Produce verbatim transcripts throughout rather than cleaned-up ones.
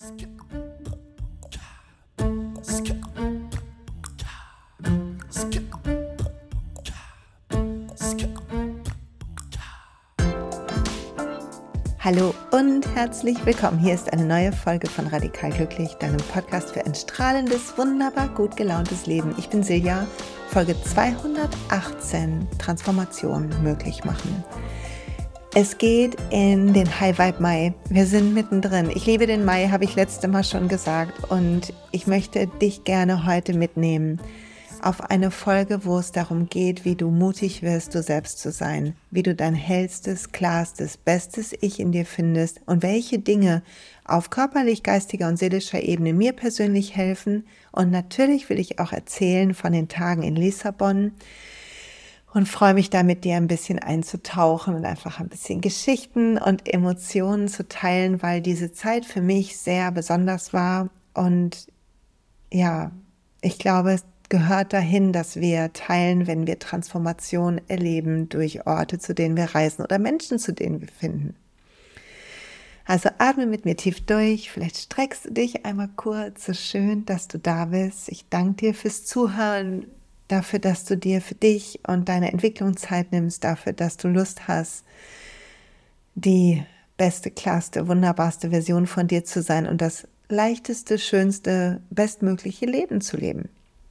Hallo und herzlich willkommen. Hier ist eine neue Folge von Radikal Glücklich, deinem Podcast für ein strahlendes, wunderbar gut gelauntes Leben. Ich bin Silja, Folge zweihundertachtzehn, Transformation möglich machen. Es geht in den High Vibe Mai. Wir sind mittendrin. Ich liebe den Mai, habe ich letzte Mal schon gesagt, und ich möchte dich gerne heute mitnehmen auf eine Folge, wo es darum geht, wie du mutig wirst, du selbst zu sein, wie du dein hellstes, klarstes, bestes Ich in dir findest und welche Dinge auf körperlich, geistiger und seelischer Ebene mir persönlich helfen. Und natürlich will ich auch erzählen von den Tagen in Lissabon und freue mich da mit dir ein bisschen einzutauchen und einfach ein bisschen Geschichten und Emotionen zu teilen, weil diese Zeit für mich sehr besonders war. Und ja, ich glaube, es gehört dahin, dass wir teilen, wenn wir Transformation erleben durch Orte, zu denen wir reisen oder Menschen, zu denen wir finden. Also atme mit mir tief durch, vielleicht streckst du dich einmal kurz, so schön, dass du da bist. Ich danke dir fürs Zuhören, dafür, dass du dir für dich und deine Entwicklung Zeit nimmst, dafür, dass du Lust hast, die beste, klarste, wunderbarste Version von dir zu sein und das leichteste, schönste, bestmögliche Leben zu leben.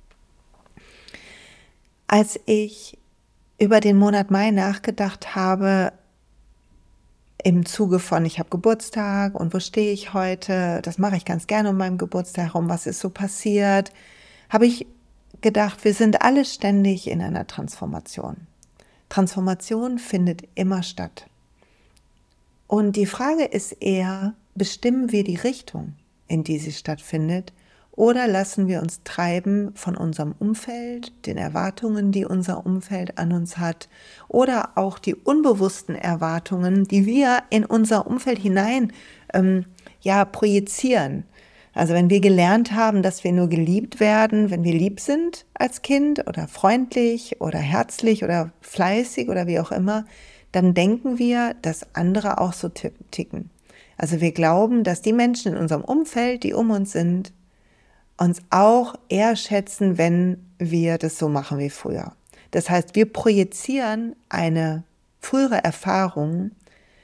Als ich über den Monat Mai nachgedacht habe, im Zuge von, ich habe Geburtstag und wo stehe ich heute, das mache ich ganz gerne um meinen Geburtstag herum, was ist so passiert, habe ich gedacht, wir sind alle ständig in einer Transformation. Transformation findet immer statt. Und die Frage ist eher, bestimmen wir die Richtung, in die sie stattfindet, oder lassen wir uns treiben von unserem Umfeld, den Erwartungen, die unser Umfeld an uns hat, oder auch die unbewussten Erwartungen, die wir in unser Umfeld hinein ähm, ja, projizieren. Also wenn wir gelernt haben, dass wir nur geliebt werden, wenn wir lieb sind als Kind oder freundlich oder herzlich oder fleißig oder wie auch immer, dann denken wir, dass andere auch so ticken. Also wir glauben, dass die Menschen in unserem Umfeld, die um uns sind, uns auch eher schätzen, wenn wir das so machen wie früher. Das heißt, wir projizieren eine frühere Erfahrung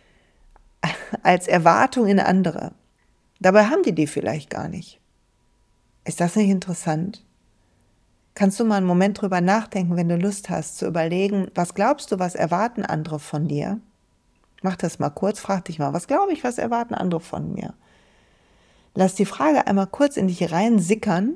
als Erwartung in andere. Dabei haben die die vielleicht gar nicht. Ist das nicht interessant? Kannst du mal einen Moment drüber nachdenken, wenn du Lust hast, zu überlegen, was glaubst du, was erwarten andere von dir? Mach das mal kurz, frag dich mal, was glaube ich, was erwarten andere von mir? Lass die Frage einmal kurz in dich rein sickern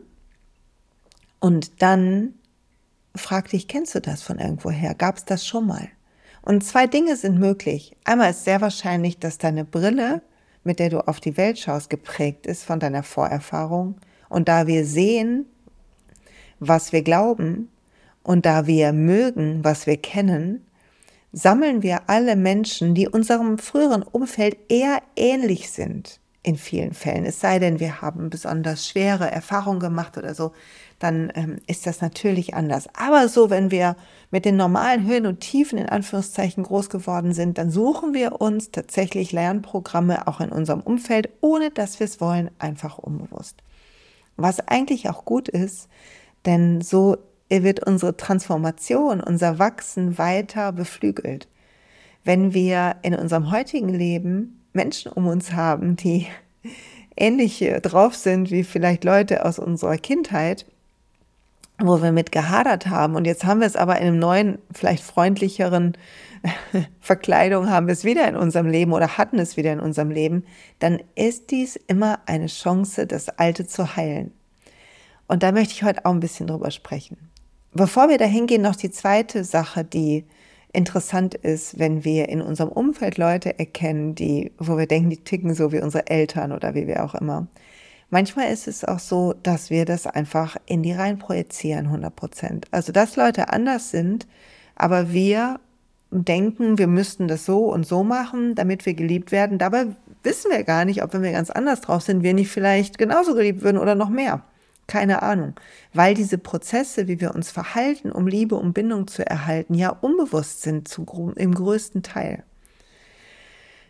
und dann frag dich, kennst du das von irgendwoher? Gab es das schon mal? Und zwei Dinge sind möglich. Einmal ist sehr wahrscheinlich, dass deine Brille, mit der du auf die Welt schaust, geprägt ist von deiner Vorerfahrung. Und da wir sehen, was wir glauben und da wir mögen, was wir kennen, sammeln wir alle Menschen, die unserem früheren Umfeld eher ähnlich sind. In vielen Fällen, es sei denn, wir haben besonders schwere Erfahrungen gemacht oder so, dann ähm, ist das natürlich anders. Aber so, wenn wir mit den normalen Höhen und Tiefen in Anführungszeichen groß geworden sind, dann suchen wir uns tatsächlich Lernprogramme auch in unserem Umfeld, ohne dass wir es wollen, einfach unbewusst. Was eigentlich auch gut ist, denn so wird unsere Transformation, unser Wachsen weiter beflügelt. Wenn wir in unserem heutigen Leben Menschen um uns haben, die ähnlich drauf sind wie vielleicht Leute aus unserer Kindheit, wo wir mit gehadert haben, und jetzt haben wir es aber in einem neuen, vielleicht freundlicheren Verkleidung, haben wir es wieder in unserem Leben oder hatten es wieder in unserem Leben, dann ist dies immer eine Chance, das Alte zu heilen. Und da möchte ich heute auch ein bisschen drüber sprechen. Bevor wir dahin gehen, noch die zweite Sache, die interessant ist, wenn wir in unserem Umfeld Leute erkennen, die, wo wir denken, die ticken so wie unsere Eltern oder wie wir auch immer. Manchmal ist es auch so, dass wir das einfach in die rein projizieren, hundert Prozent. Also, dass Leute anders sind, aber wir denken, wir müssten das so und so machen, damit wir geliebt werden. Dabei wissen wir gar nicht, ob, wenn wir ganz anders drauf sind, wir nicht vielleicht genauso geliebt würden oder noch mehr. Keine Ahnung, weil diese Prozesse, wie wir uns verhalten, um Liebe, um Bindung zu erhalten, ja unbewusst sind zu, im größten Teil.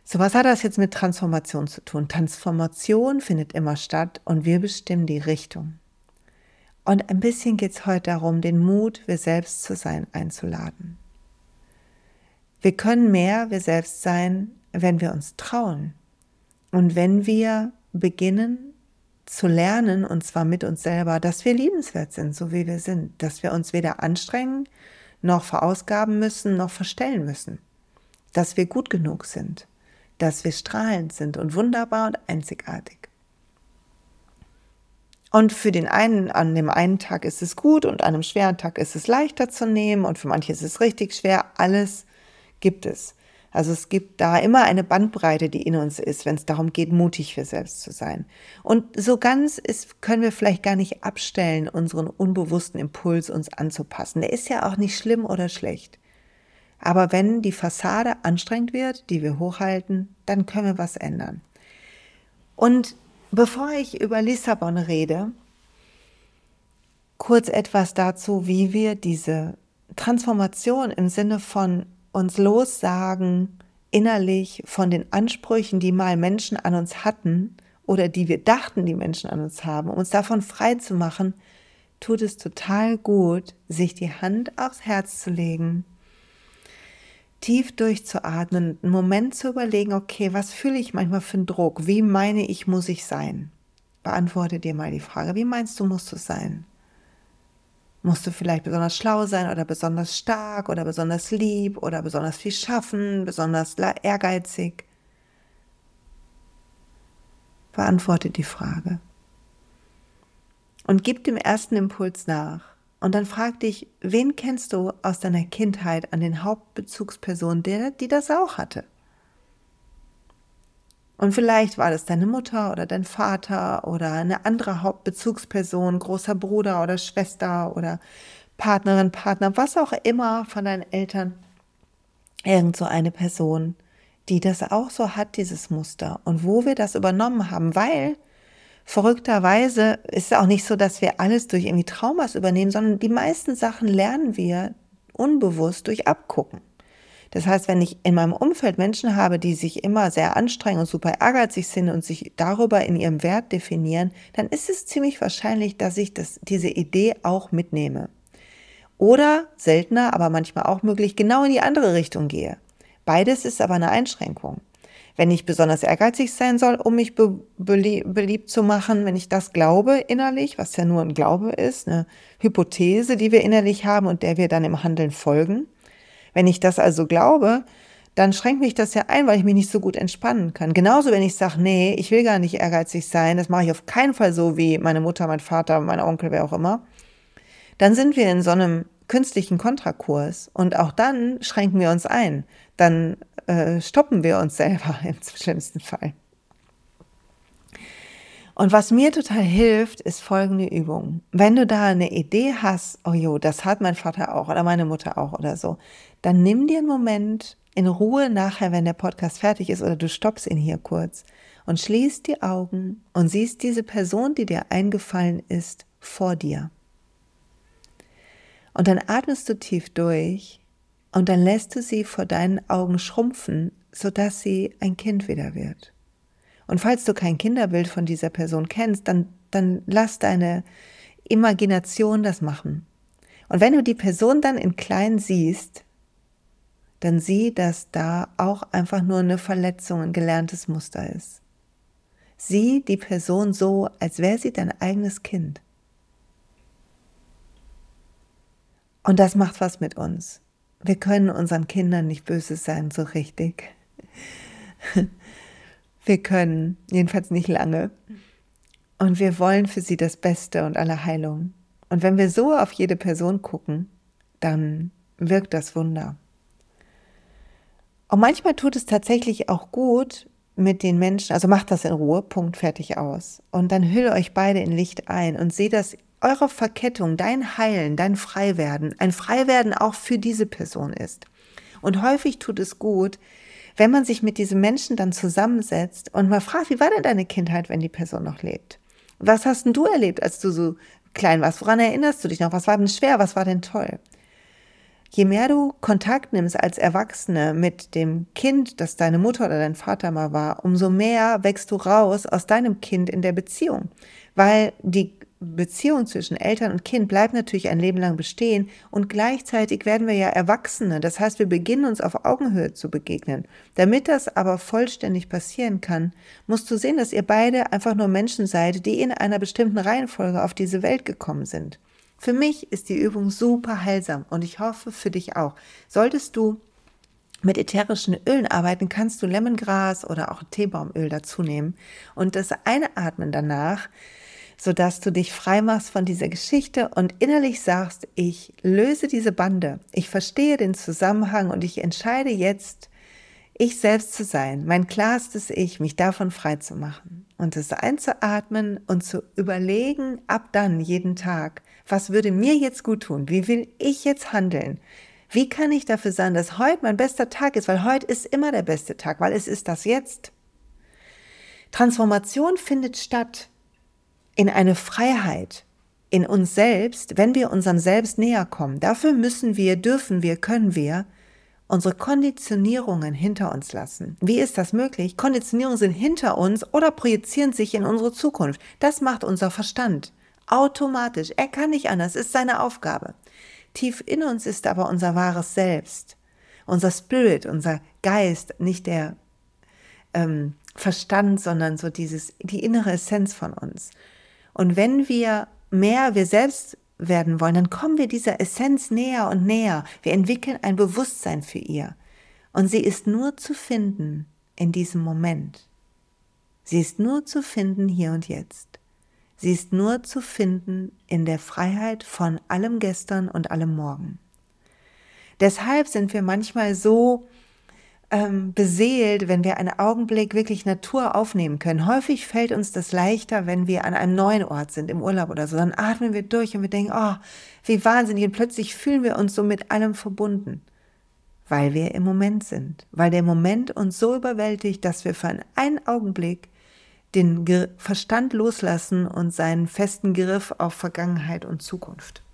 So, was hat das jetzt mit Transformation zu tun? Transformation findet immer statt und wir bestimmen die Richtung. Und ein bisschen geht es heute darum, den Mut, wir selbst zu sein, einzuladen. Wir können mehr wir selbst sein, wenn wir uns trauen. Und wenn wir beginnen zu lernen, und zwar mit uns selber, dass wir liebenswert sind, so wie wir sind, dass wir uns weder anstrengen, noch verausgaben müssen, noch verstellen müssen, dass wir gut genug sind, dass wir strahlend sind und wunderbar und einzigartig. Und für den einen, an dem einen Tag ist es gut und an einem schweren Tag ist es leichter zu nehmen und für manche ist es richtig schwer. Alles gibt es. Also es gibt da immer eine Bandbreite, die in uns ist, wenn es darum geht, mutig für selbst zu sein. Und so ganz ist, können wir vielleicht gar nicht abstellen, unseren unbewussten Impuls uns anzupassen. Der ist ja auch nicht schlimm oder schlecht. Aber wenn die Fassade anstrengend wird, die wir hochhalten, dann können wir was ändern. Und bevor ich über Lissabon rede, kurz etwas dazu, wie wir diese Transformation im Sinne von uns lossagen, innerlich von den Ansprüchen, die mal Menschen an uns hatten oder die wir dachten, die Menschen an uns haben, um uns davon frei zu machen, tut es total gut, sich die Hand aufs Herz zu legen, tief durchzuatmen, einen Moment zu überlegen, okay, was fühle ich manchmal für einen Druck? Wie meine ich, muss ich sein? Beantworte dir mal die Frage, wie meinst du, musst du sein? Musst du vielleicht besonders schlau sein oder besonders stark oder besonders lieb oder besonders viel schaffen, besonders ehrgeizig? Beantworte die Frage. Und gib dem ersten Impuls nach. Und dann frag dich, wen kennst du aus deiner Kindheit an den Hauptbezugspersonen, der, die das auch hatte? Und vielleicht war das deine Mutter oder dein Vater oder eine andere Hauptbezugsperson, großer Bruder oder Schwester oder Partnerin, Partner, was auch immer von deinen Eltern. Irgend so eine Person, die das auch so hat, dieses Muster. Und wo wir das übernommen haben, weil verrückterweise ist es auch nicht so, dass wir alles durch irgendwie Traumas übernehmen, sondern die meisten Sachen lernen wir unbewusst durch Abgucken. Das heißt, wenn ich in meinem Umfeld Menschen habe, die sich immer sehr anstrengen und super ehrgeizig sind und sich darüber in ihrem Wert definieren, dann ist es ziemlich wahrscheinlich, dass ich das, diese Idee auch mitnehme. Oder seltener, aber manchmal auch möglich, genau in die andere Richtung gehe. Beides ist aber eine Einschränkung. Wenn ich besonders ehrgeizig sein soll, um mich be- belie- beliebt zu machen, wenn ich das glaube innerlich, was ja nur ein Glaube ist, eine Hypothese, die wir innerlich haben und der wir dann im Handeln folgen. Wenn ich das also glaube, dann schränkt mich das ja ein, weil ich mich nicht so gut entspannen kann. Genauso, wenn ich sage, nee, ich will gar nicht ehrgeizig sein, das mache ich auf keinen Fall so wie meine Mutter, mein Vater, mein Onkel, wer auch immer, dann sind wir in so einem künstlichen Kontrakurs und auch dann schränken wir uns ein. Dann äh, stoppen wir uns selber im schlimmsten Fall. Und was mir total hilft, ist folgende Übung. Wenn du da eine Idee hast, oh jo, das hat mein Vater auch oder meine Mutter auch oder so, dann nimm dir einen Moment in Ruhe nachher, wenn der Podcast fertig ist oder du stoppst ihn hier kurz und schließt die Augen und siehst diese Person, die dir eingefallen ist, vor dir. Und dann atmest du tief durch und dann lässt du sie vor deinen Augen schrumpfen, sodass sie ein Kind wieder wird. Und falls du kein Kinderbild von dieser Person kennst, dann, dann lass deine Imagination das machen. Und wenn du die Person dann in klein siehst, dann sieh, dass da auch einfach nur eine Verletzung, ein gelerntes Muster ist. Sieh die Person so, als wäre sie dein eigenes Kind. Und das macht was mit uns. Wir können unseren Kindern nicht böse sein, so richtig. Wir können, jedenfalls nicht lange. Und wir wollen für sie das Beste und alle Heilung. Und wenn wir so auf jede Person gucken, dann wirkt das Wunder. Und manchmal tut es tatsächlich auch gut mit den Menschen, also macht das in Ruhe, Punkt, fertig, aus. Und dann hülle euch beide in Licht ein und seht das eure Verkettung, dein Heilen, dein Freiwerden, ein Freiwerden auch für diese Person ist. Und häufig tut es gut, wenn man sich mit diesem Menschen dann zusammensetzt und mal fragt, wie war denn deine Kindheit, wenn die Person noch lebt? Was hast denn du erlebt, als du so klein warst? Woran erinnerst du dich noch? Was war denn schwer? Was war denn toll? Je mehr du Kontakt nimmst als Erwachsene mit dem Kind, das deine Mutter oder dein Vater mal war, umso mehr wächst du raus aus deinem Kind in der Beziehung. Weil die Beziehung zwischen Eltern und Kind bleibt natürlich ein Leben lang bestehen und gleichzeitig werden wir ja Erwachsene. Das heißt, wir beginnen uns auf Augenhöhe zu begegnen. Damit das aber vollständig passieren kann, musst du sehen, dass ihr beide einfach nur Menschen seid, die in einer bestimmten Reihenfolge auf diese Welt gekommen sind. Für mich ist die Übung super heilsam und ich hoffe für dich auch. Solltest du mit ätherischen Ölen arbeiten, kannst du Lemongras oder auch Teebaumöl dazu nehmen und das einatmen danach, sodass du dich frei machst von dieser Geschichte und innerlich sagst, ich löse diese Bande, ich verstehe den Zusammenhang und ich entscheide jetzt, ich selbst zu sein, mein klarstes Ich, mich davon frei zu machen und es einzuatmen und zu überlegen, ab dann jeden Tag, was würde mir jetzt gut tun, wie will ich jetzt handeln, wie kann ich dafür sein, dass heute mein bester Tag ist, weil heute ist immer der beste Tag, weil es ist das Jetzt. Transformation findet statt in eine Freiheit in uns selbst, wenn wir unserem Selbst näher kommen. Dafür müssen wir, dürfen wir, können wir unsere Konditionierungen hinter uns lassen. Wie ist das möglich? Konditionierungen sind hinter uns oder projizieren sich in unsere Zukunft. Das macht unser Verstand automatisch. Er kann nicht anders, ist seine Aufgabe. Tief in uns ist aber unser wahres Selbst, unser Spirit, unser Geist, nicht der ähm, Verstand, sondern so dieses, die innere Essenz von uns. Und wenn wir mehr wir selbst werden wollen, dann kommen wir dieser Essenz näher und näher. Wir entwickeln ein Bewusstsein für ihr. Und sie ist nur zu finden in diesem Moment. Sie ist nur zu finden hier und jetzt. Sie ist nur zu finden in der Freiheit von allem Gestern und allem Morgen. Deshalb sind wir manchmal so ähm, beseelt, wenn wir einen Augenblick wirklich Natur aufnehmen können. Häufig fällt uns das leichter, wenn wir an einem neuen Ort sind, im Urlaub oder so. Dann atmen wir durch und wir denken, oh, wie wahnsinnig. Und plötzlich fühlen wir uns so mit allem verbunden, weil wir im Moment sind. Weil der Moment uns so überwältigt, dass wir für einen Augenblick den Verstand loslassen und seinen festen Griff auf Vergangenheit und Zukunft.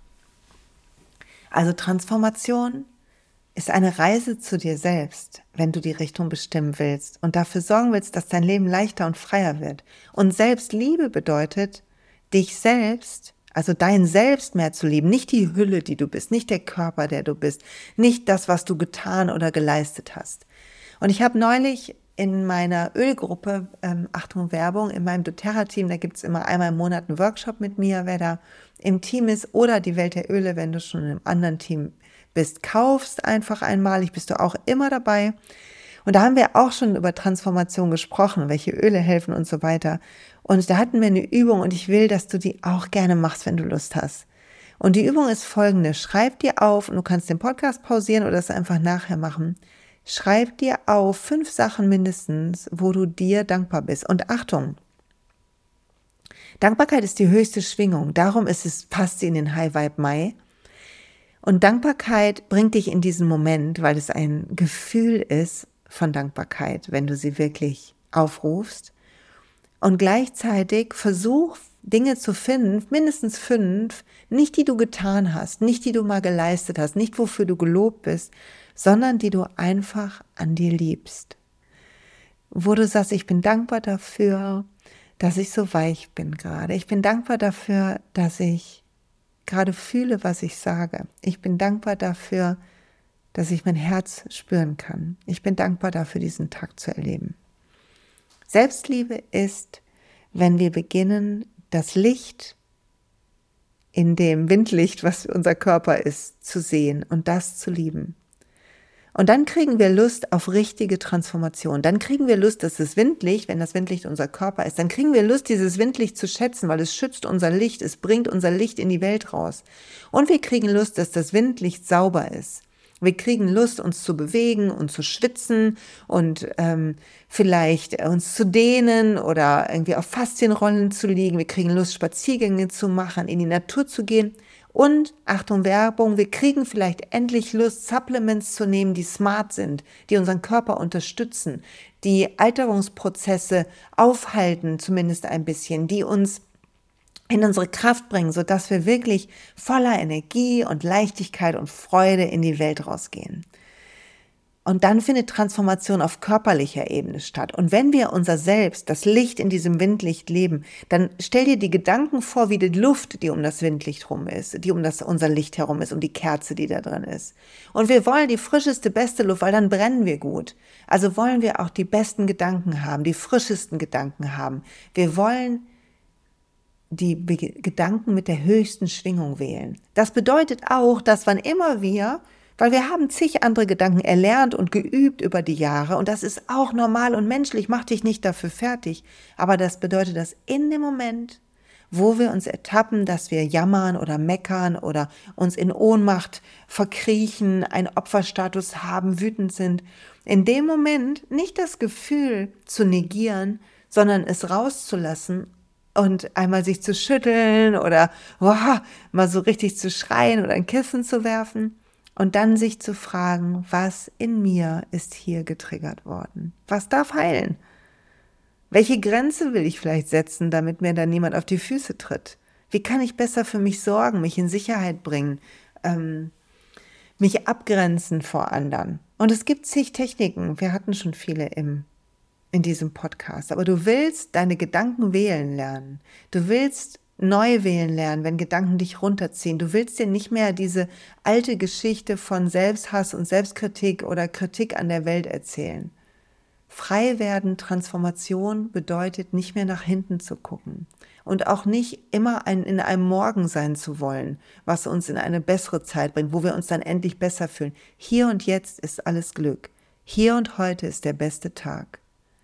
Also Transformation ist eine Reise zu dir selbst, wenn du die Richtung bestimmen willst und dafür sorgen willst, dass dein Leben leichter und freier wird. Und Selbstliebe bedeutet, dich selbst, also dein Selbst mehr zu lieben, nicht die Hülle, die du bist, nicht der Körper, der du bist, nicht das, was du getan oder geleistet hast. Und ich habe neulich in meiner Ölgruppe, ähm, Achtung Werbung, in meinem doTERRA-Team, da gibt es immer einmal im Monat einen Workshop mit mir, wer da im Team ist, oder die Welt der Öle, wenn du schon in einem anderen Team bist, kaufst einfach einmalig, bist du auch immer dabei. Und da haben wir auch schon über Transformation gesprochen, welche Öle helfen und so weiter. Und da hatten wir eine Übung und ich will, dass du die auch gerne machst, wenn du Lust hast. Und die Übung ist folgende: Schreib dir auf, und du kannst den Podcast pausieren oder es einfach nachher machen. Schreib dir auf fünf Sachen mindestens, wo du dir dankbar bist. Und Achtung, Dankbarkeit ist die höchste Schwingung. Darum ist es, passt sie in den High Vibe Mai. Und Dankbarkeit bringt dich in diesen Moment, weil es ein Gefühl ist von Dankbarkeit, wenn du sie wirklich aufrufst. Und gleichzeitig versuch, Dinge zu finden, mindestens fünf, nicht die du getan hast, nicht die du mal geleistet hast, nicht wofür du gelobt bist, sondern die du einfach an dir liebst. Wo du sagst, ich bin dankbar dafür, dass ich so weich bin gerade. Ich bin dankbar dafür, dass ich gerade fühle, was ich sage. Ich bin dankbar dafür, dass ich mein Herz spüren kann. Ich bin dankbar dafür, diesen Tag zu erleben. Selbstliebe ist, wenn wir beginnen, das Licht in dem Windlicht, was unser Körper ist, zu sehen und das zu lieben. Und dann kriegen wir Lust auf richtige Transformation. Dann kriegen wir Lust, dass das Windlicht, wenn das Windlicht unser Körper ist, dann kriegen wir Lust, dieses Windlicht zu schätzen, weil es schützt unser Licht, es bringt unser Licht in die Welt raus. Und wir kriegen Lust, dass das Windlicht sauber ist. Wir kriegen Lust, uns zu bewegen und zu schwitzen und ähm, vielleicht uns zu dehnen oder irgendwie auf Faszienrollen zu liegen. Wir kriegen Lust, Spaziergänge zu machen, in die Natur zu gehen. Und, Achtung Werbung, wir kriegen vielleicht endlich Lust, Supplements zu nehmen, die smart sind, die unseren Körper unterstützen, die Alterungsprozesse aufhalten, zumindest ein bisschen, die uns in unsere Kraft bringen, sodass wir wirklich voller Energie und Leichtigkeit und Freude in die Welt rausgehen. Und dann findet Transformation auf körperlicher Ebene statt. Und wenn wir unser Selbst, das Licht in diesem Windlicht leben, dann stell dir die Gedanken vor, wie die Luft, die um das Windlicht rum ist, die um das, unser Licht herum ist, um die Kerze, die da drin ist. Und wir wollen die frischeste, beste Luft, weil dann brennen wir gut. Also wollen wir auch die besten Gedanken haben, die frischesten Gedanken haben. Wir wollen die Be- Gedanken mit der höchsten Schwingung wählen. Das bedeutet auch, dass wann immer wir Weil wir haben zig andere Gedanken erlernt und geübt über die Jahre und das ist auch normal und menschlich, mach dich nicht dafür fertig. Aber das bedeutet, dass in dem Moment, wo wir uns ertappen, dass wir jammern oder meckern oder uns in Ohnmacht verkriechen, einen Opferstatus haben, wütend sind, in dem Moment nicht das Gefühl zu negieren, sondern es rauszulassen und einmal sich zu schütteln oder wow, mal so richtig zu schreien oder ein Kissen zu werfen. Und dann sich zu fragen, was in mir ist hier getriggert worden? Was darf heilen? Welche Grenze will ich vielleicht setzen, damit mir dann niemand auf die Füße tritt? Wie kann ich besser für mich sorgen, mich in Sicherheit bringen, ähm, mich abgrenzen vor anderen? Und es gibt zig Techniken, wir hatten schon viele im, in diesem Podcast, aber du willst deine Gedanken wählen lernen. Du willst neu wählen lernen, wenn Gedanken dich runterziehen. Du willst dir nicht mehr diese alte Geschichte von Selbsthass und Selbstkritik oder Kritik an der Welt erzählen. Frei werden, Transformation bedeutet nicht mehr nach hinten zu gucken und auch nicht immer ein, in einem Morgen sein zu wollen, was uns in eine bessere Zeit bringt, wo wir uns dann endlich besser fühlen. Hier und jetzt ist alles Glück. Hier und heute ist der beste Tag.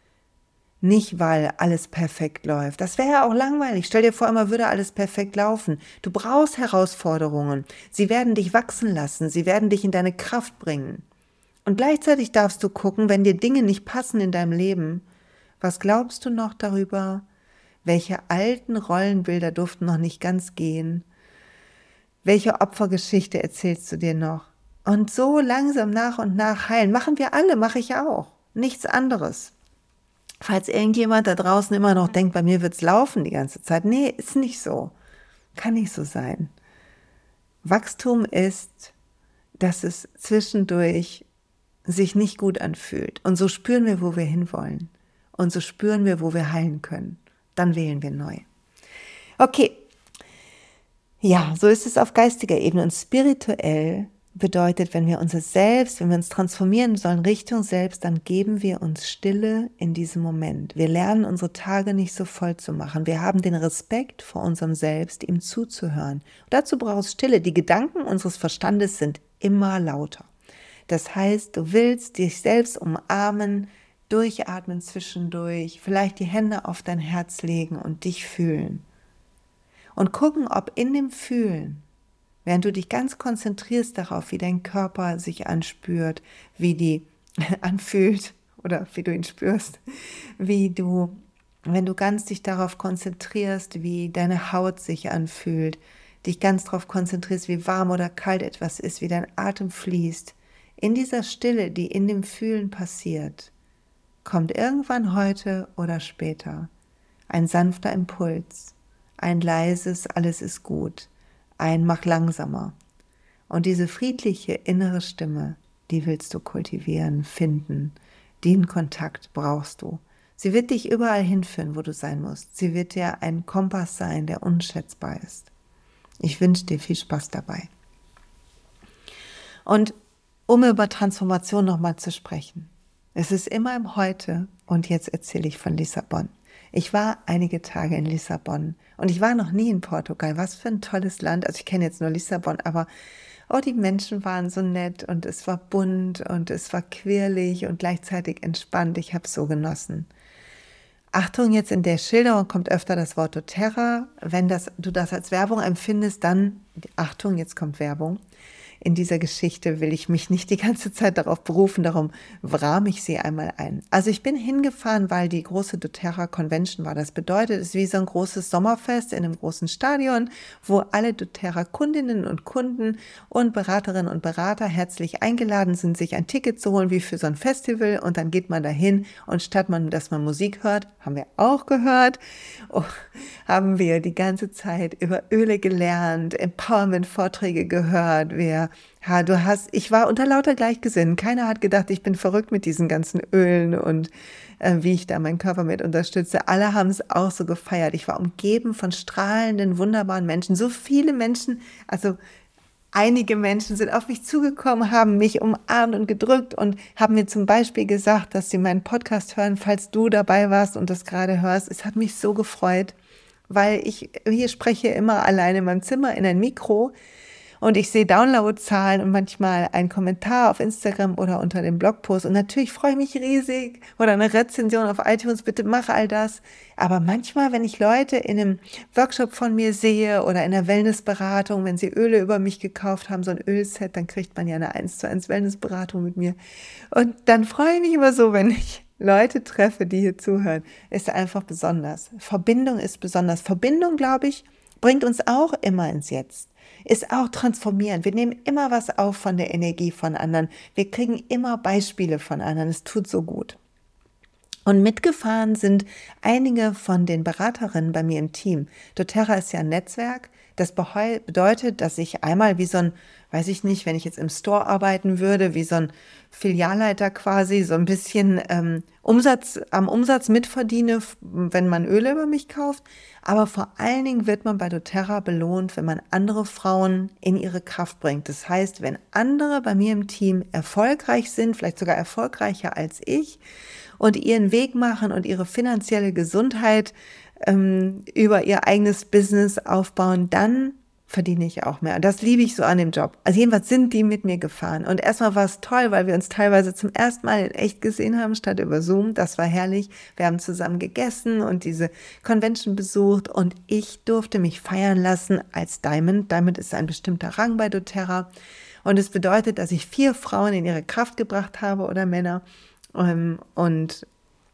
Nicht, weil alles perfekt läuft. Das wäre ja auch langweilig. Stell dir vor, immer würde alles perfekt laufen. Du brauchst Herausforderungen. Sie werden dich wachsen lassen. Sie werden dich in deine Kraft bringen. Und gleichzeitig darfst du gucken, wenn dir Dinge nicht passen in deinem Leben, was glaubst du noch darüber? Welche alten Rollenbilder durften noch nicht ganz gehen? Welche Opfergeschichte erzählst du dir noch? Und so langsam nach und nach heilen. Machen wir alle, mache ich auch. Nichts anderes. Falls irgendjemand da draußen immer noch denkt, bei mir wird's laufen die ganze Zeit. Nee, ist nicht so. Kann nicht so sein. Wachstum ist, dass es zwischendurch sich nicht gut anfühlt. Und so spüren wir, wo wir hinwollen. Und so spüren wir, wo wir heilen können. Dann wählen wir neu. Okay. Ja, so ist es auf geistiger Ebene und spirituell bedeutet, wenn wir unser Selbst, wenn wir uns transformieren sollen Richtung Selbst, dann geben wir uns Stille in diesem Moment. Wir lernen, unsere Tage nicht so voll zu machen. Wir haben den Respekt vor unserem Selbst, ihm zuzuhören. Und dazu brauchst Stille. Die Gedanken unseres Verstandes sind immer lauter. Das heißt, du willst dich selbst umarmen, durchatmen zwischendurch, vielleicht die Hände auf dein Herz legen und dich fühlen. Und gucken, ob in dem Fühlen, während du dich ganz konzentrierst darauf, wie dein Körper sich anspürt, wie die anfühlt oder wie du ihn spürst, wie du, wenn du ganz dich darauf konzentrierst, wie deine Haut sich anfühlt, dich ganz darauf konzentrierst, wie warm oder kalt etwas ist, wie dein Atem fließt, in dieser Stille, die in dem Fühlen passiert, kommt irgendwann heute oder später ein sanfter Impuls, ein leises, alles ist gut, ein mach langsamer. Und diese friedliche innere Stimme, die willst du kultivieren, finden. Den Kontakt brauchst du. Sie wird dich überall hinführen, wo du sein musst. Sie wird dir ein Kompass sein, der unschätzbar ist. Ich wünsche dir viel Spaß dabei. Und um über Transformation nochmal zu sprechen. Es ist immer im Heute und jetzt erzähle ich von Lissabon. Ich war einige Tage in Lissabon und ich war noch nie in Portugal. Was für ein tolles Land. Also ich kenne jetzt nur Lissabon, aber oh, die Menschen waren so nett und es war bunt und es war quirlig und gleichzeitig entspannt. Ich habe es so genossen. Achtung, jetzt in der Schilderung kommt öfter das Wort doTERRA. Wenn das, du das als Werbung empfindest, dann, Achtung, jetzt kommt Werbung. In dieser Geschichte will ich mich nicht die ganze Zeit darauf berufen, darum rahme ich sie einmal ein. Also ich bin hingefahren, weil die große doTERRA Convention war. Das bedeutet, es ist wie so ein großes Sommerfest in einem großen Stadion, wo alle doTERRA Kundinnen und Kunden und Beraterinnen und Berater herzlich eingeladen sind, sich ein Ticket zu holen, wie für so ein Festival. Und dann geht man dahin und statt man, dass man Musik hört, haben wir auch gehört, oh, haben wir die ganze Zeit über Öle gelernt, Empowerment-Vorträge gehört. Wir, ja, du hast, ich war unter lauter Gleichgesinnten. Keiner hat gedacht, ich bin verrückt mit diesen ganzen Ölen und äh, wie ich da meinen Körper mit unterstütze. Alle haben es auch so gefeiert. Ich war umgeben von strahlenden, wunderbaren Menschen. So viele Menschen, also einige Menschen sind auf mich zugekommen, haben mich umarmt und gedrückt und haben mir zum Beispiel gesagt, dass sie meinen Podcast hören, falls du dabei warst und das gerade hörst. Es hat mich so gefreut, weil ich hier spreche immer alleine in meinem Zimmer in ein Mikro und ich sehe Downloadzahlen und manchmal einen Kommentar auf Instagram oder unter dem Blogpost und natürlich freue ich mich riesig oder eine Rezension auf iTunes, bitte mach all das. Aber manchmal, wenn ich Leute in einem Workshop von mir sehe oder in einer Wellnessberatung, wenn sie Öle über mich gekauft haben, so ein Ölset, dann kriegt man ja eine eins zu eins Wellnessberatung mit mir. Und dann freue ich mich immer so, wenn ich Leute treffe, die hier zuhören. Ist einfach besonders. Verbindung ist besonders. Verbindung, glaube ich, bringt uns auch immer ins Jetzt. Ist auch transformierend. Wir nehmen immer was auf von der Energie von anderen. Wir kriegen immer Beispiele von anderen. Es tut so gut. Und mitgefahren sind einige von den Beraterinnen bei mir im Team. doTERRA ist ja ein Netzwerk. Das bedeutet, dass ich einmal wie so ein, weiß ich nicht, wenn ich jetzt im Store arbeiten würde, wie so ein Filialleiter quasi, so ein bisschen ähm, Umsatz, am Umsatz mitverdiene, wenn man Öle über mich kauft. Aber vor allen Dingen wird man bei doTERRA belohnt, wenn man andere Frauen in ihre Kraft bringt. Das heißt, wenn andere bei mir im Team erfolgreich sind, vielleicht sogar erfolgreicher als ich, und ihren Weg machen und ihre finanzielle Gesundheit ähm, über ihr eigenes Business aufbauen, dann verdiene ich auch mehr. Und das liebe ich so an dem Job. Also jedenfalls sind die mit mir gefahren. Und erstmal war es toll, weil wir uns teilweise zum ersten Mal in echt gesehen haben, statt über Zoom. Das war herrlich. Wir haben zusammen gegessen und diese Convention besucht und ich durfte mich feiern lassen als Diamond. Diamond ist ein bestimmter Rang bei doTERRA. Und es bedeutet, dass ich vier Frauen in ihre Kraft gebracht habe oder Männer. Ähm, und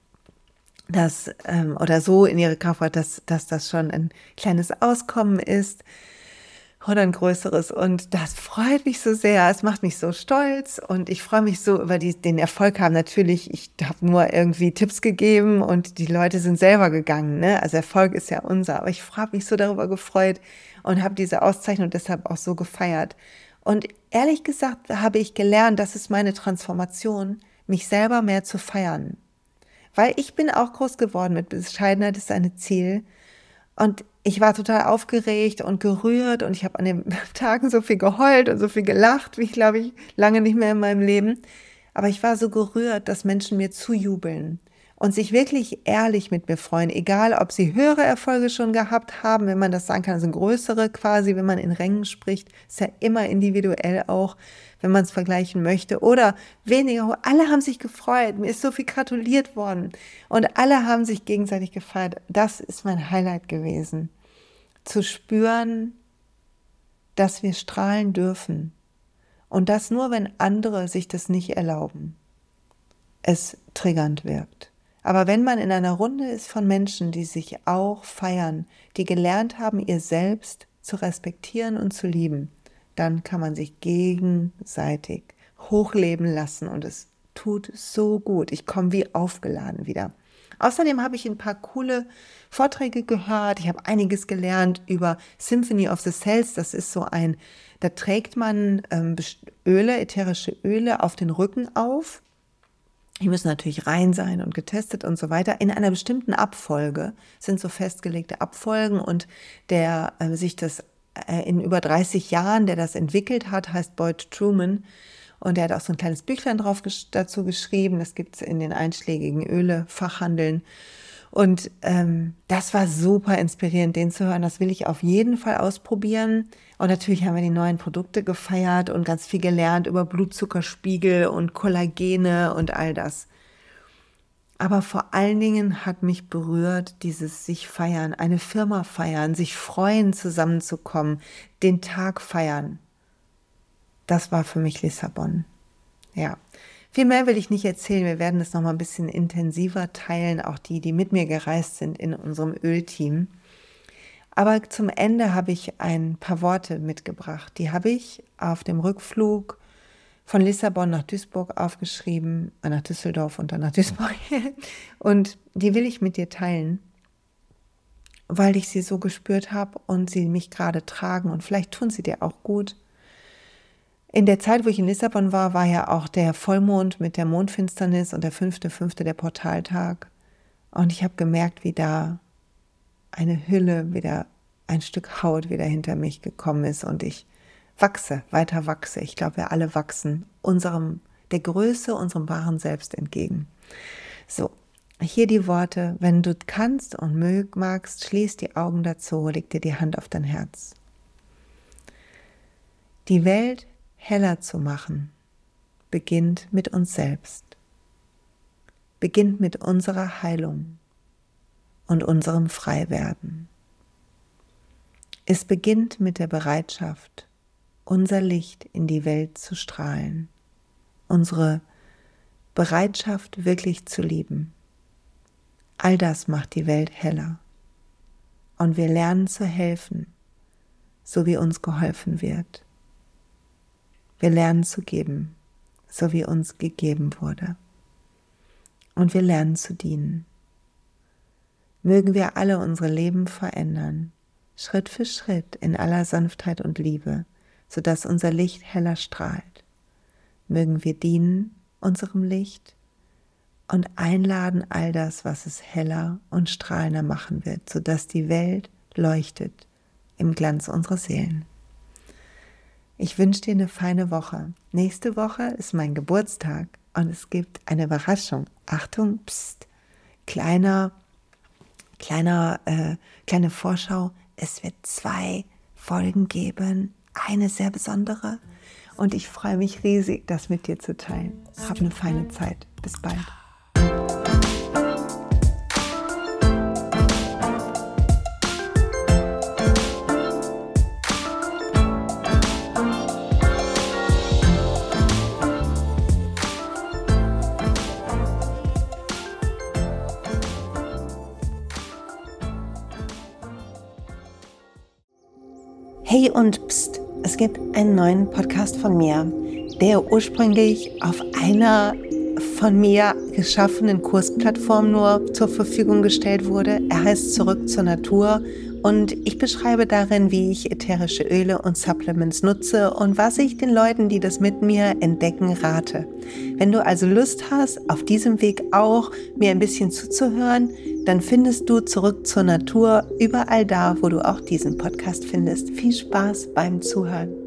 das ähm, oder so in ihre Kraft hat, dass, dass das schon ein kleines Auskommen ist oder ein größeres. Und das freut mich so sehr. Es macht mich so stolz und ich freue mich so über die, den Erfolg haben. Natürlich, ich habe nur irgendwie Tipps gegeben und die Leute sind selber gegangen. Ne? Also Erfolg ist ja unser. Aber ich habe mich so darüber gefreut und habe diese Auszeichnung deshalb auch so gefeiert. Und ehrlich gesagt habe ich gelernt, das ist meine Transformation, mich selber mehr zu feiern. Weil ich bin auch groß geworden mit Bescheidenheit ist ein Ziel. Und ich war total aufgeregt und gerührt und ich habe an den Tagen so viel geheult und so viel gelacht, wie ich glaube ich lange nicht mehr in meinem Leben. Aber ich war so gerührt, dass Menschen mir zujubeln und sich wirklich ehrlich mit mir freuen, egal ob sie höhere Erfolge schon gehabt haben, wenn man das sagen kann, also größere quasi, wenn man in Rängen spricht, ist ja immer individuell auch, wenn man es vergleichen möchte, oder weniger, alle haben sich gefreut, mir ist so viel gratuliert worden und alle haben sich gegenseitig gefeiert. Das ist mein Highlight gewesen, zu spüren, dass wir strahlen dürfen und das nur, wenn andere sich das nicht erlauben, es triggernd wirkt. Aber wenn man in einer Runde ist von Menschen, die sich auch feiern, die gelernt haben, ihr Selbst zu respektieren und zu lieben, dann kann man sich gegenseitig hochleben lassen und es tut so gut. Ich komme wie aufgeladen wieder. Außerdem habe ich ein paar coole Vorträge gehört. Ich habe einiges gelernt über Symphony of the Cells. Das ist so ein, da trägt man ähm, Öle, ätherische Öle auf den Rücken auf. Die müssen natürlich rein sein und getestet und so weiter. In einer bestimmten Abfolge sind so festgelegte Abfolgen und der äh, sich das äh, in über dreißig Jahren, der das entwickelt hat, heißt Boyd Truman. Und der hat auch so ein kleines Büchlein drauf dazu geschrieben. Das gibt es in den einschlägigen Öle-Fachhandeln. Und ähm, das war super inspirierend, den zu hören. Das will ich auf jeden Fall ausprobieren. Und natürlich haben wir die neuen Produkte gefeiert und ganz viel gelernt über Blutzuckerspiegel und Kollagene und all das. Aber vor allen Dingen hat mich berührt dieses sich feiern, eine Firma feiern, sich freuen, zusammenzukommen, den Tag feiern. Das war für mich Lissabon. Ja. Viel mehr will ich nicht erzählen. Wir werden das noch mal ein bisschen intensiver teilen, auch die, die mit mir gereist sind in unserem Ölteam. Aber zum Ende habe ich ein paar Worte mitgebracht. Die habe ich auf dem Rückflug von Lissabon nach Duisburg aufgeschrieben, nach Düsseldorf und dann nach Duisburg. Und die will ich mit dir teilen. weil ich sie so gespürt habe und sie mich gerade tragen und vielleicht tun sie dir auch gut. In der Zeit, wo ich in Lissabon war, war ja auch der Vollmond mit der Mondfinsternis und der fünfte, fünfte der Portaltag. Und ich habe gemerkt, wie da eine Hülle, wieder ein Stück Haut wieder hinter mich gekommen ist und ich wachse, weiter wachse. Ich glaube, wir alle wachsen unserem, der Größe, unserem wahren Selbst entgegen. So, hier die Worte: Wenn du kannst und magst, schließ die Augen dazu, leg dir die Hand auf dein Herz. Die Welt heller zu machen, beginnt mit uns selbst, beginnt mit unserer Heilung und unserem Freiwerden. Es beginnt mit der Bereitschaft, unser Licht in die Welt zu strahlen, unsere Bereitschaft wirklich zu lieben. All das macht die Welt heller und wir lernen zu helfen, so wie uns geholfen wird. Wir lernen zu geben, so wie uns gegeben wurde. Und wir lernen zu dienen. Mögen wir alle unsere Leben verändern, Schritt für Schritt in aller Sanftheit und Liebe, sodass unser Licht heller strahlt. Mögen wir dienen unserem Licht und einladen all das, was es heller und strahlender machen wird, sodass die Welt leuchtet im Glanz unserer Seelen. Ich wünsche dir eine feine Woche. Nächste Woche ist mein Geburtstag und es gibt eine Überraschung. Achtung, pst, kleiner, kleiner, äh, kleine Vorschau. Es wird zwei Folgen geben, eine sehr besondere. Und ich freue mich riesig, das mit dir zu teilen. Hab eine feine Zeit. Bis bald. Hey und pst, es gibt einen neuen Podcast von mir, der ursprünglich auf einer von mir geschaffenen Kursplattform nur zur Verfügung gestellt wurde. Er heißt Zurück zur Natur und ich beschreibe darin, wie ich ätherische Öle und Supplements nutze und was ich den Leuten, die das mit mir entdecken, rate. Wenn du also Lust hast, auf diesem Weg auch mir ein bisschen zuzuhören, dann findest du Zurück zur Natur überall da, wo du auch diesen Podcast findest. Viel Spaß beim Zuhören.